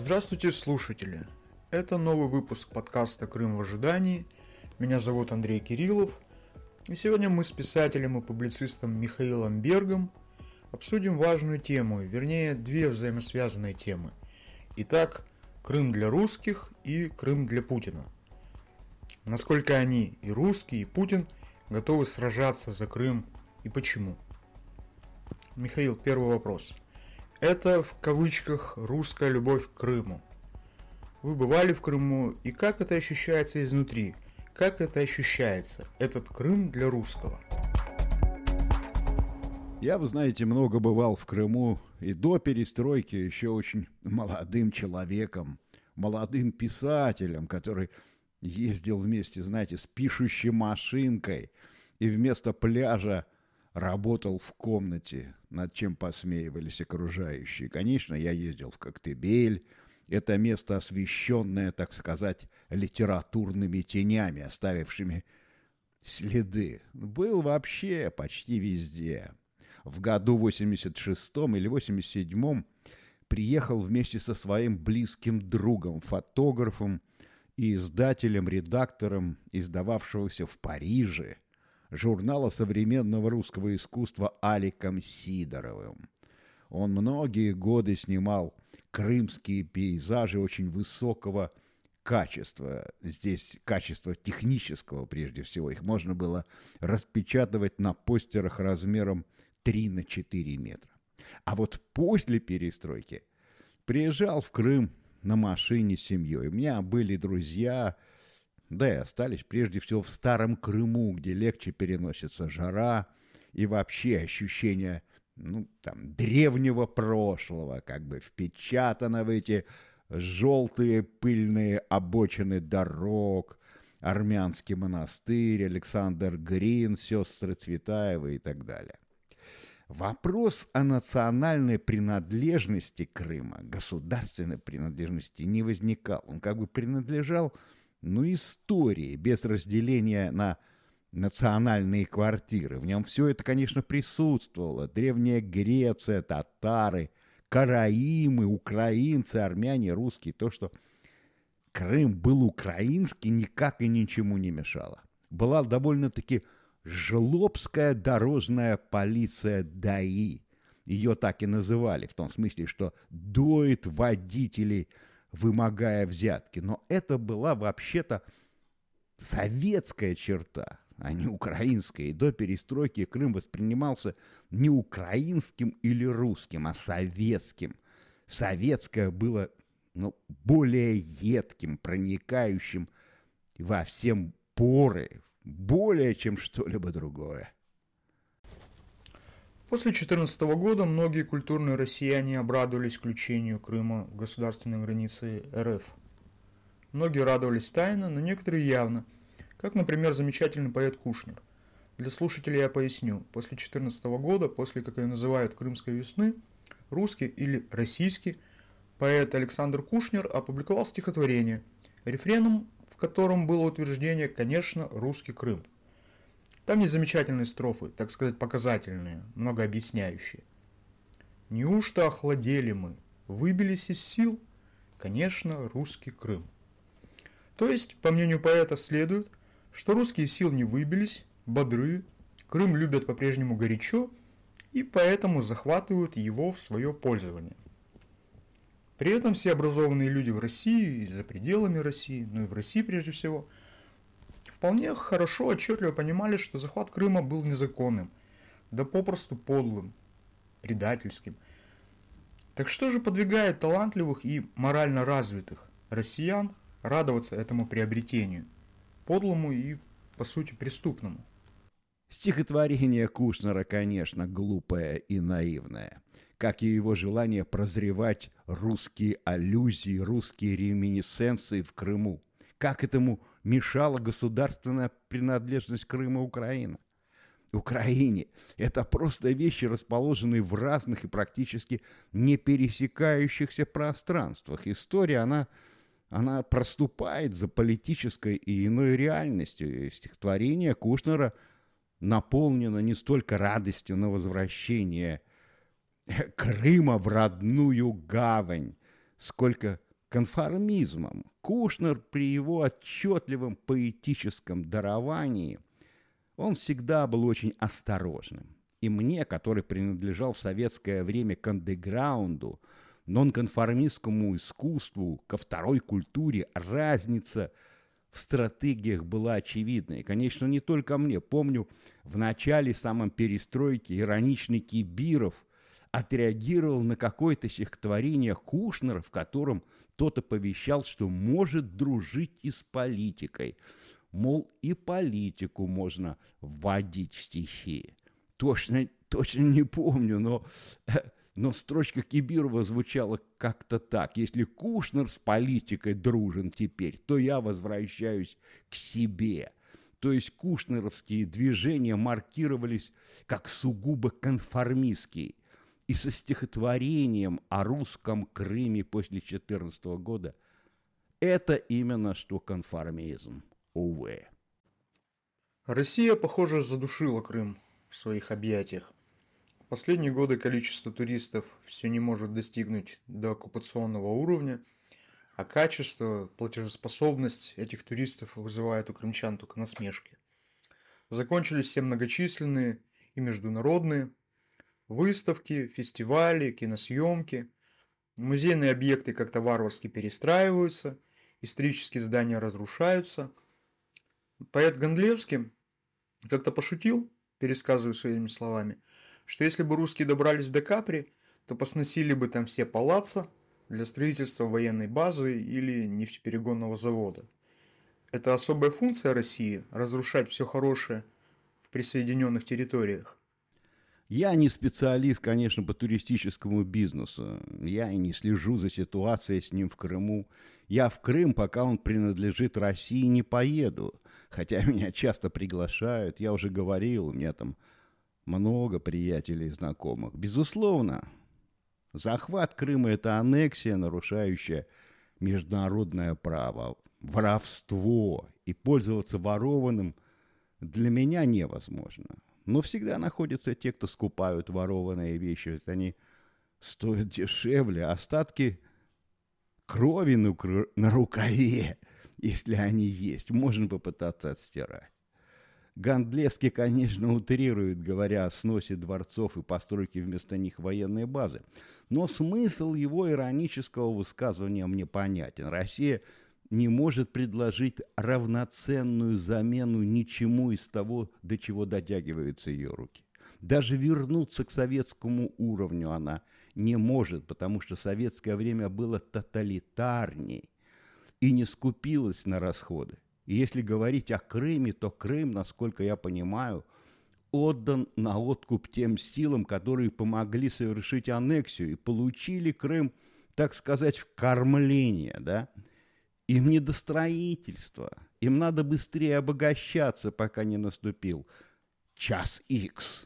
Здравствуйте, слушатели! Это новый выпуск подкаста «Крым в ожидании». Меня зовут Андрей Кириллов. И сегодня мы с писателем и публицистом Михаилом Бергом обсудим важную тему, вернее, две взаимосвязанные темы. Итак, Крым для русских и Крым для Путина. Насколько они, и русские, и Путин, готовы сражаться за Крым и почему? Михаил, первый вопрос. Это, в кавычках, русская любовь к Крыму. Вы бывали в Крыму, и как это ощущается изнутри? Как это ощущается, этот Крым для русского? Я, вы знаете, много бывал в Крыму и до перестройки еще очень молодым человеком, молодым писателем, который ездил вместе, знаете, с пишущей машинкой и вместо пляжа работал в комнате, над чем посмеивались окружающие. Конечно, я ездил в Коктебель. Это место, освещенное, так сказать, литературными тенями, оставившими следы. Был вообще почти везде. В году 86-м или 87-м приехал вместе со своим близким другом, фотографом и издателем, редактором, издававшегося в Париже, журнала современного русского искусства Аликом Сидоровым. Он многие годы снимал крымские пейзажи очень высокого качества. Здесь качество технического прежде всего. Их можно было распечатывать на постерах размером 3×4 метра. А вот после перестройки приезжал в Крым на машине с семьей. У меня были друзья, да и остались прежде всего в Старом Крыму, где легче переносится жара и вообще ощущение, древнего прошлого, как бы впечатано в эти желтые пыльные обочины дорог, Армянский монастырь, Александр Грин, сестры Цветаевы и так далее. Вопрос о национальной принадлежности Крыма, государственной принадлежности не возникал. Он как бы принадлежал истории, без разделения на национальные квартиры. В нем все это, конечно, присутствовало. Древняя Греция, татары, караимы, украинцы, армяне, русские. То, что Крым был украинский, никак и ничему не мешало. Была довольно-таки жлобская дорожная полиция ДАИ. Ее так и называли, в том смысле, что доит водителей, вымогая взятки. Но это была вообще-то советская черта, а не украинская. И до перестройки Крым воспринимался не украинским или русским, а советским. Советское было более едким, проникающим во все поры, более чем что-либо другое. После 2014 года многие культурные россияне обрадовались включению Крыма в государственные границы РФ. Многие радовались тайно, но некоторые явно, как, например, замечательный поэт Кушнер. Для слушателей я поясню. После 2014 года, после, как ее называют, Крымской весны, русский или российский поэт Александр Кушнер опубликовал стихотворение, рефреном в котором было утверждение «Конечно, русский Крым». Там есть замечательные строфы, так сказать, показательные, многообъясняющие. «Неужто охладели мы, выбились из сил? Конечно, русский Крым». То есть, по мнению поэта, следует, что русские сил не выбились, бодры, Крым любят по-прежнему горячо и поэтому захватывают его в свое пользование. При этом все образованные люди в России и за пределами России, и в России прежде всего, вполне хорошо, отчетливо понимали, что захват Крыма был незаконным, да попросту подлым, предательским. Так что же подвигает талантливых и морально развитых россиян радоваться этому приобретению, подлому и, по сути, преступному? Стихотворение Кушнера, конечно, глупое и наивное, как и его желание прозревать русские аллюзии, русские реминисценции в Крыму. Как этому мешала государственная принадлежность Крыма Украина? Украине это просто вещи, расположенные в разных и практически не пересекающихся пространствах. История, она проступает за политической и иной реальностью. И стихотворение Кушнера наполнено не столько радостью на возвращение Крыма в родную гавань, сколько конформизмом. Кушнер при его отчетливом поэтическом даровании, он всегда был очень осторожным. И мне, который принадлежал в советское время к андеграунду, нонконформистскому искусству, ко второй культуре, разница в стратегиях была очевидна. И, конечно, не только мне. Помню, в начале самой перестройки ироничный Кибиров отреагировал на какое-то стихотворение Кушнера, в котором тот оповещал, что может дружить и с политикой. Мол, и политику можно вводить в стихи. Точно не помню, но строчка Кибирова звучала как-то так. Если Кушнер с политикой дружен теперь, то я возвращаюсь к себе. То есть кушнеровские движения маркировались как сугубо конформистские. И со стихотворением о русском Крыме после 2014 года это именно что конформизм, увы. Россия, похоже, задушила Крым в своих объятиях. В последние годы количество туристов все не может достигнуть до оккупационного уровня, а качество, платежеспособность этих туристов вызывает у крымчан только насмешки. Закончились все многочисленные и международные выставки, фестивали, киносъемки. Музейные объекты как-то варварски перестраиваются, исторические здания разрушаются. Поэт Гондлевский как-то пошутил, пересказываю своими словами, что если бы русские добрались до Капри, то посносили бы там все палаца для строительства военной базы или нефтеперегонного завода. Это особая функция России – разрушать все хорошее в присоединенных территориях. Я не специалист, конечно, по туристическому бизнесу. Я и не слежу за ситуацией с ним в Крыму. Я в Крым, пока он принадлежит России, не поеду. Хотя меня часто приглашают. Я уже говорил, у меня там много приятелей и знакомых. Безусловно, захват Крыма – это аннексия, нарушающая международное право, воровство. И пользоваться ворованным для меня невозможно. Но всегда находятся те, кто скупают ворованные вещи. Ведь они стоят дешевле. Остатки крови на рукаве, если они есть, можно попытаться отстирать. Гондлевский, конечно, утрирует, говоря о сносе дворцов и постройке вместо них военной базы. Но смысл его иронического высказывания мне понятен. Россия не может предложить равноценную замену ничему из того, до чего дотягиваются ее руки. Даже вернуться к советскому уровню она не может, потому что советское время было тоталитарней и не скупилось на расходы. И если говорить о Крыме, то Крым, насколько я понимаю, отдан на откуп тем силам, которые помогли совершить аннексию и получили Крым, так сказать, в кормление, да? Им не до строительства. Им надо быстрее обогащаться, пока не наступил час икс.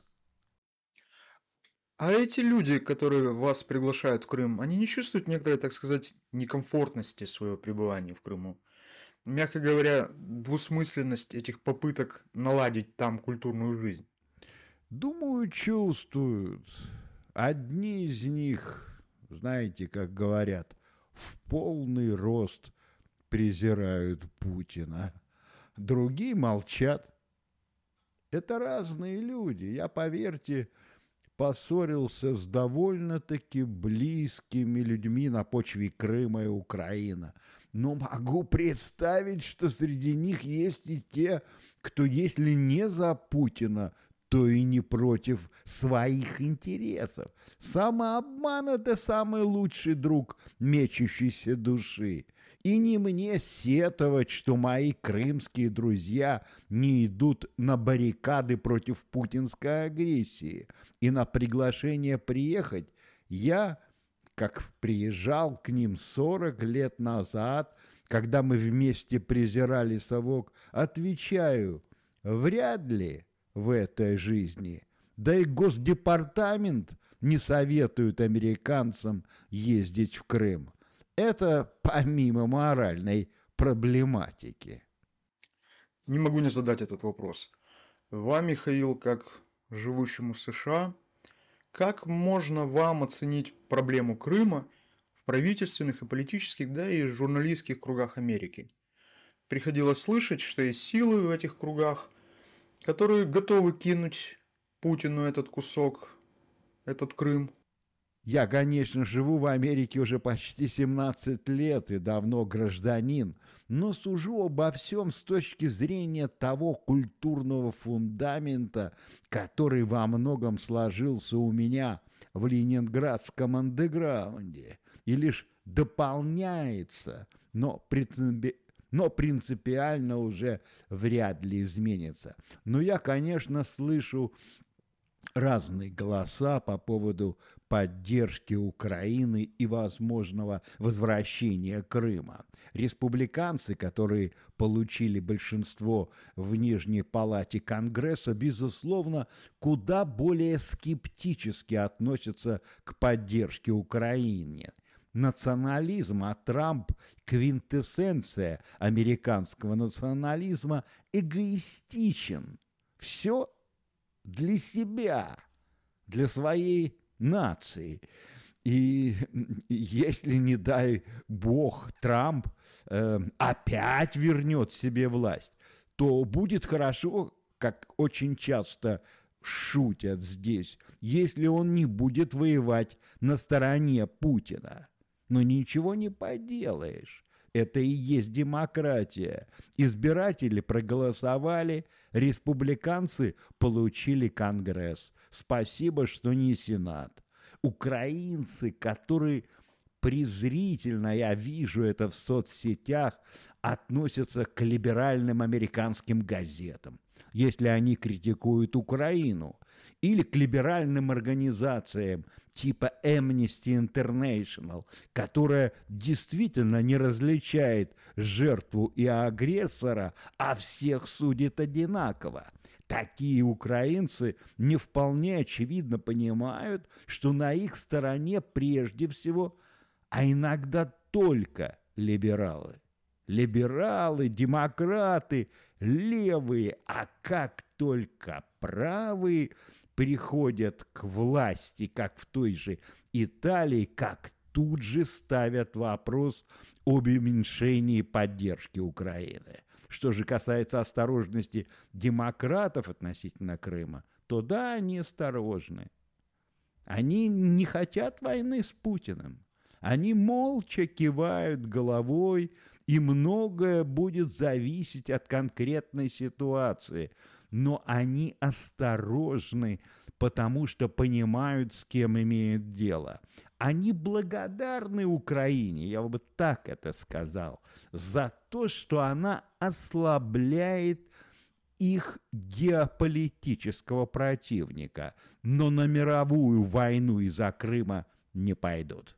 А эти люди, которые вас приглашают в Крым, они не чувствуют некоторой, так сказать, некомфортности своего пребывания в Крыму? Мягко говоря, двусмысленность этих попыток наладить там культурную жизнь. Думаю, чувствуют. Одни из них, знаете, как говорят, в полный рост презирают Путина. Другие молчат. Это разные люди. Я, поверьте, поссорился с довольно-таки близкими людьми на почве Крыма и Украины. Но могу представить, что среди них есть и те, кто, если не за Путина, то и не против своих интересов. Самообман – это самый лучший друг мечущейся души. И не мне сетовать, что мои крымские друзья не идут на баррикады против путинской агрессии. И на приглашение приехать я, как приезжал к ним 40 лет назад, когда мы вместе презирали совок, отвечаю, вряд ли в этой жизни. Да и Госдепартамент не советует американцам ездить в Крым. Это помимо моральной проблематики. Не могу не задать этот вопрос. Вам, Михаил, как живущему в США, как можно вам оценить проблему Крыма в в правительственных и политических, да и журналистских кругах Америки. Приходилось слышать, что есть силы в этих кругах, которые готовы кинуть Путину этот кусок, этот Крым. Я, конечно, живу в Америке уже почти 17 лет и давно гражданин, но сужу обо всем с точки зрения того культурного фундамента, который во многом сложился у меня в ленинградском андеграунде и лишь дополняется, но принципиально уже вряд ли изменится. Но я, конечно, слышу разные голоса по поводу поддержки Украины и возможного возвращения Крыма. Республиканцы, которые получили большинство в Нижней палате Конгресса, безусловно, куда более скептически относятся к поддержке Украины. Национализм, а Трамп – квинтэссенция американского национализма, эгоистичен. Все для себя, для своей нации. И если, не дай бог, Трамп опять вернет себе власть, то будет хорошо, как очень часто шутят здесь, если он не будет воевать на стороне Путина. Но ничего не поделаешь. Это и есть демократия. Избиратели проголосовали, республиканцы получили Конгресс. Спасибо, что не Сенат. Украинцы, которые презрительно, я вижу это в соцсетях, относятся к либеральным американским газетам, если они критикуют Украину, или к либеральным организациям типа Amnesty International, которая действительно не различает жертву и агрессора, а всех судит одинаково. Такие украинцы не вполне очевидно понимают, что на их стороне прежде всего, а иногда только либералы. Либералы, демократы, левые, а как только правые приходят к власти, как в той же Италии, как тут же ставят вопрос об уменьшении поддержки Украины. Что же касается осторожности демократов относительно Крыма, то да, они осторожны. Они не хотят войны с Путиным. Они молча кивают головой, и многое будет зависеть от конкретной ситуации. Но они осторожны, потому что понимают, с кем имеют дело. Они благодарны Украине, я бы так это сказал, за то, что она ослабляет их геополитического противника, но на мировую войну из-за Крыма не пойдут.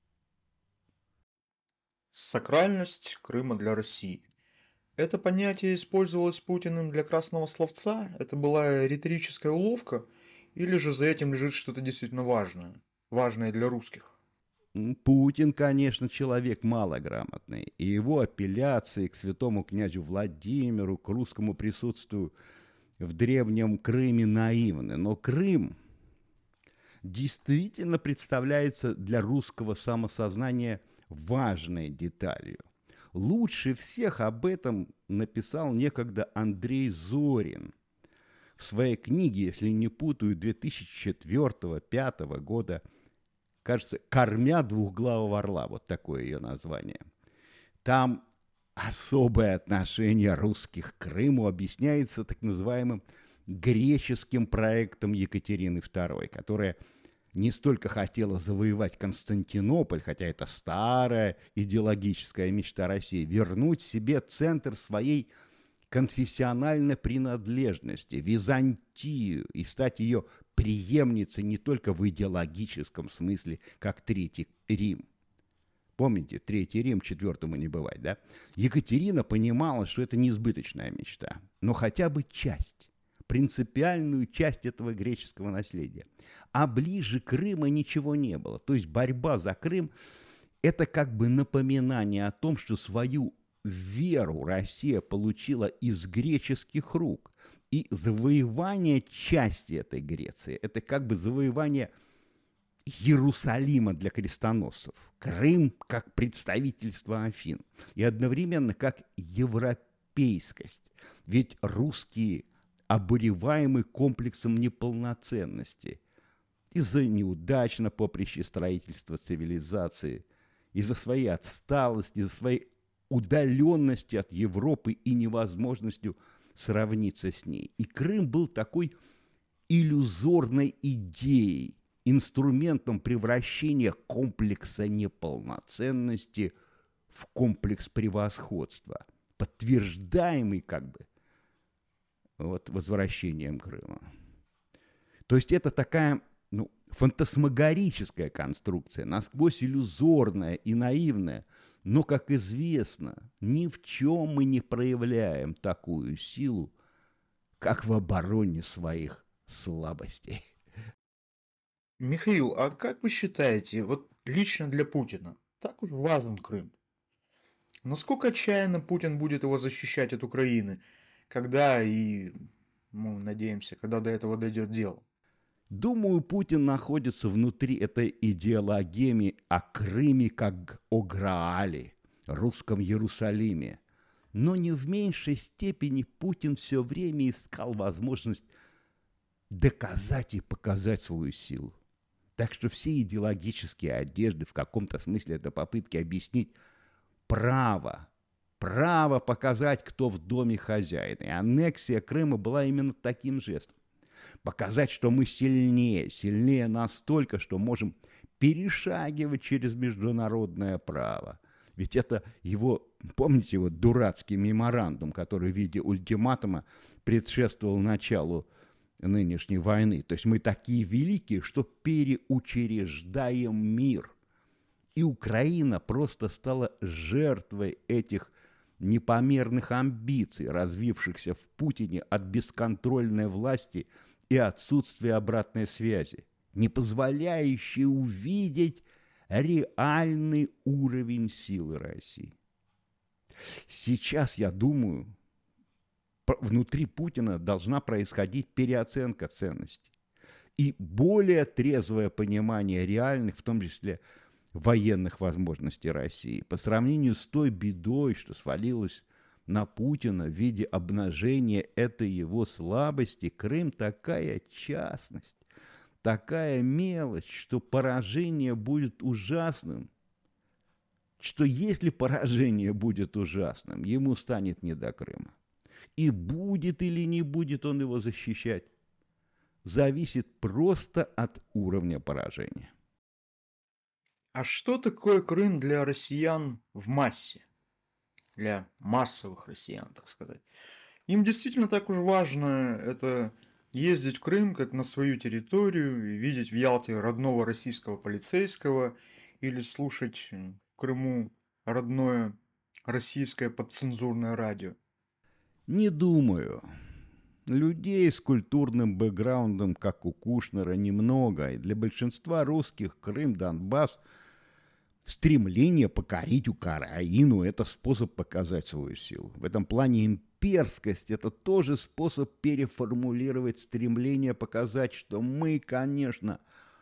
Сакральность Крыма для России. Это понятие использовалось Путиным для красного словца? Это была риторическая уловка? Или же за этим лежит что-то действительно важное для русских? Путин, конечно, человек малограмотный, и его апелляции к святому князю Владимиру, к русскому присутствию в древнем Крыме наивны. Но Крым действительно представляется для русского самосознания важной деталью. Лучше всех об этом написал некогда Андрей Зорин в своей книге, если не путаю, 2004-2005 года, кажется, «Кормя двухглавого орла», вот такое ее название. Там особое отношение русских к Крыму объясняется так называемым греческим проектом Екатерины II, которая не столько хотела завоевать Константинополь, хотя это старая идеологическая мечта России, вернуть себе центр своей конфессиональной принадлежности, Византию, и стать ее преемницей не только в идеологическом смысле, как Третий Рим. Помните, Третий Рим, четвертому не бывать, да? Екатерина понимала, что это несбыточная мечта, но хотя бы часть, принципиальную часть этого греческого наследия. А ближе Крыма ничего не было. То есть борьба за Крым – это как бы напоминание о том, что свою веру Россия получила из греческих рук. И завоевание части этой Греции – это как бы завоевание Иерусалима для крестоносцев, Крым как представительство Афин и одновременно как европейскость. Ведь русские обуреваемы комплексом неполноценности из-за неудач на поприще строительства цивилизации, из-за своей отсталости, из-за своей удаленности от Европы и невозможностью сравниться с ней. И Крым был такой иллюзорной идеей, инструментом превращения комплекса неполноценности в комплекс превосходства, подтверждаемый как бы возвращением Крыма. То есть это такая фантасмагорическая конструкция, насквозь иллюзорная и наивная, но, как известно, ни в чем мы не проявляем такую силу, как в обороне своих слабостей. Михаил, а как вы считаете, вот лично для Путина, так уж важен Крым? Насколько отчаянно Путин будет его защищать от Украины, когда и, мы надеемся, когда до этого дойдет дело? Думаю, Путин находится внутри этой идеологемии о Крыме как о Граале, русском Иерусалиме. Но не в меньшей степени Путин все время искал возможность доказать и показать свою силу. Так что все идеологические одежды в каком-то смысле это попытки объяснить право показать, кто в доме хозяин. И аннексия Крыма была именно таким жестом. Показать, что мы сильнее настолько, что можем перешагивать через международное право. Ведь это его, помните, его дурацкий меморандум, который в виде ультиматума предшествовал началу нынешней войны. То есть мы такие великие, что переучреждаем мир. И Украина просто стала жертвой этих непомерных амбиций, развившихся в Путине от бесконтрольной власти и отсутствия обратной связи, не позволяющей увидеть реальный уровень силы России. Сейчас, я думаю, внутри Путина должна происходить переоценка ценностей и более трезвое понимание реальных, в том числе военных возможностей России по сравнению с той бедой, что свалилась на Путина в виде обнажения этой его слабости. Крым такая частность, такая мелочь, что поражение будет ужасным, что если поражение будет ужасным, ему станет не до Крыма. И будет или не будет он его защищать, зависит просто от уровня поражения. А что такое Крым для россиян в массе? Для массовых россиян, так сказать. Им действительно так уж важно это ездить в Крым как на свою территорию, и видеть в Ялте родного российского полицейского или слушать в Крыму родное российское подцензурное радио? Не думаю. Людей с культурным бэкграундом, как у Кушнера, немного. И для большинства русских Крым, Донбасс, стремление покорить Украину – это способ показать свою силу. В этом плане имперскость – это тоже способ переформулировать стремление показать, что мы, конечно,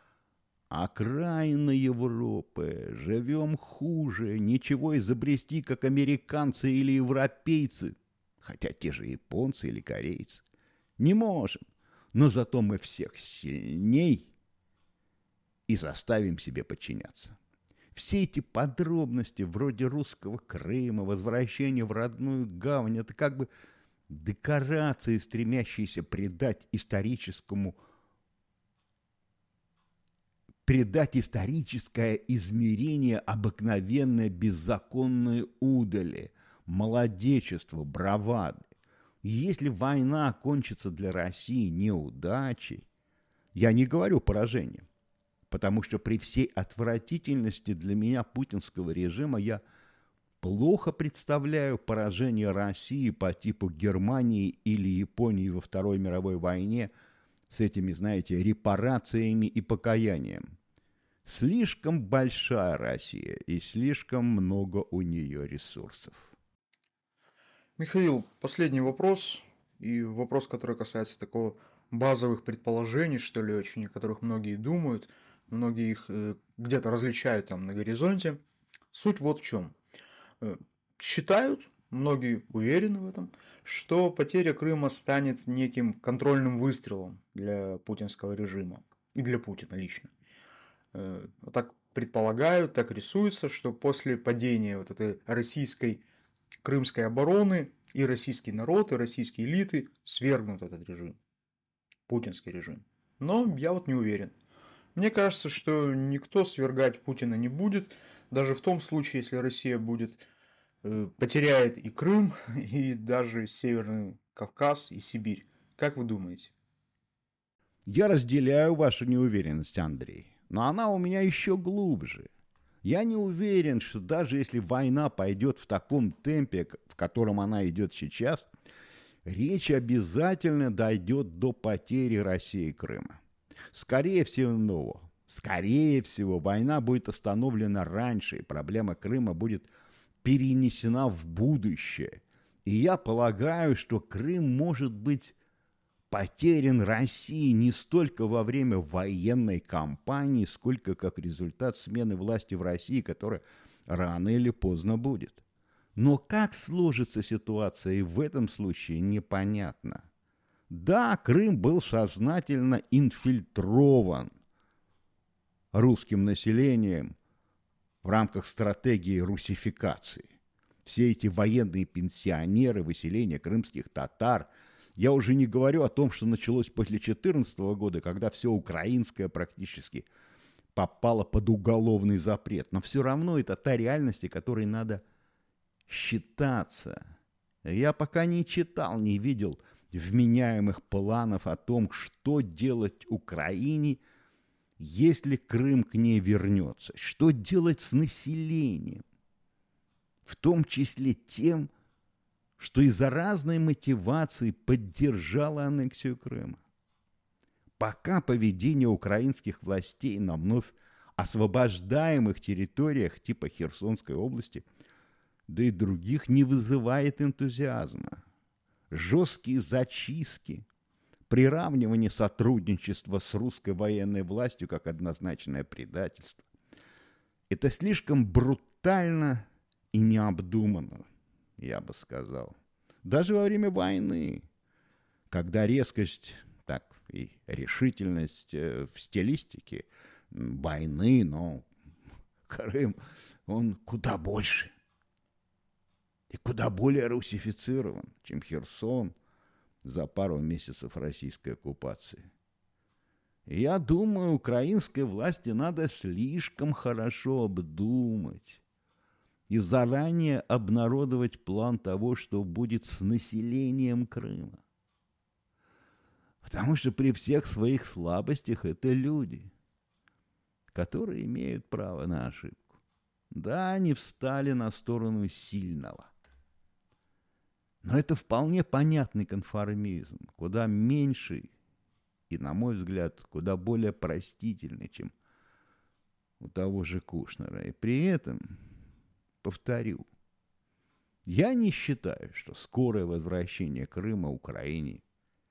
окраина Европы, живем хуже, ничего изобрести, как американцы или европейцы, хотя те же японцы или корейцы, не можем. Но зато мы всех сильней и заставим себе подчиняться. Все эти подробности, вроде русского Крыма, возвращения в родную гавань, это как бы декорации, стремящиеся придать историческое измерение обыкновенной беззаконной удали, молодечества, бравады. И если война кончится для России неудачей, я не говорю поражением, потому что при всей отвратительности для меня путинского режима я плохо представляю поражение России по типу Германии или Японии во Второй мировой войне с этими, знаете, репарациями и покаянием. Слишком большая Россия и слишком много у нее ресурсов. Михаил, последний вопрос, и вопрос, который касается такого базовых предположений, что ли, очень, о которых многие думают. многие их где-то различают там на горизонте. Суть вот в чем. Считают, многие уверены в этом, что потеря Крыма станет неким контрольным выстрелом для путинского режима и для Путина лично. Так предполагают, так рисуется, что после падения вот этой российской крымской обороны и российский народ, и российские элиты свергнут этот режим, путинский режим. Но я вот не уверен. Мне кажется, что никто свергать Путина не будет, даже в том случае, если Россия потеряет и Крым, и даже Северный Кавказ, и Сибирь. Как вы думаете? Я разделяю вашу неуверенность, Андрей, но она у меня еще глубже. Я не уверен, что даже если война пойдет в таком темпе, в котором она идет сейчас, речь обязательно дойдет до потери России и Крыма. Скорее всего, война будет остановлена раньше, и проблема Крыма будет перенесена в будущее. И я полагаю, что Крым может быть потерян России не столько во время военной кампании, сколько как результат смены власти в России, которая рано или поздно будет. Но как сложится ситуация и в этом случае, непонятно. Да, Крым был сознательно инфильтрован русским населением в рамках стратегии русификации. Все эти военные пенсионеры, выселение крымских татар. Я уже не говорю о том, что началось после 2014 года, когда все украинское практически попало под уголовный запрет. Но все равно это та реальность, о которой надо считаться. Я пока не читал, не видел вменяемых планов о том, что делать Украине, если Крым к ней вернется. Что делать с населением, в том числе тем, что из-за разной мотивации поддержало аннексию Крыма. Пока поведение украинских властей на вновь освобождаемых территориях типа Херсонской области, да и других, не вызывает энтузиазма. Жесткие зачистки, приравнивание сотрудничества с русской военной властью как однозначное предательство – это слишком брутально и необдуманно, я бы сказал. Даже во время войны, когда резкость, так и решительность в стилистике войны, но Крым, он куда больше и куда более русифицирован, чем Херсон за пару месяцев российской оккупации. И я думаю, украинской власти надо слишком хорошо обдумать и заранее обнародовать план того, что будет с населением Крыма. Потому что при всех своих слабостях это люди, которые имеют право на ошибку. Да, они встали на сторону сильного. Но это вполне понятный конформизм, куда меньший и, на мой взгляд, куда более простительный, чем у того же Кушнера. И при этом, повторю, я не считаю, что скорое возвращение Крыма Украине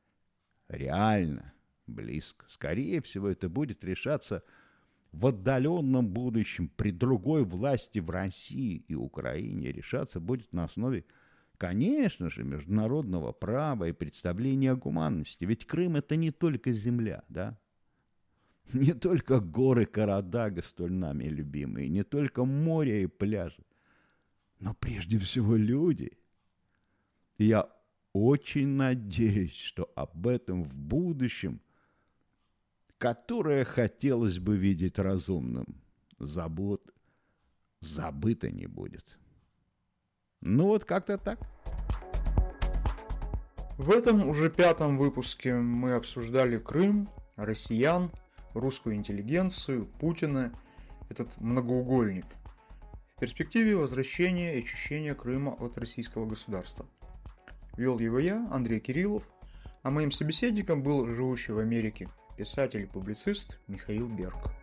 реально близко. Скорее всего, это будет решаться в отдаленном будущем при другой власти в России и Украине. Решаться будет на основе, конечно же, международного права и представления о гуманности. Ведь Крым – это не только земля, да? Не только горы Карадага, столь нами любимые, не только море и пляжи, но прежде всего люди. И я очень надеюсь, что об этом в будущем, которое хотелось бы видеть разумным, забыто не будет. Ну вот как-то так. В этом уже 5-м выпуске мы обсуждали Крым, россиян, русскую интеллигенцию, Путина, этот многоугольник. В перспективе возвращения и очищения Крыма от российского государства. Вел его я, Андрей Кириллов, а моим собеседником был живущий в Америке писатель и публицист Михаил Берг.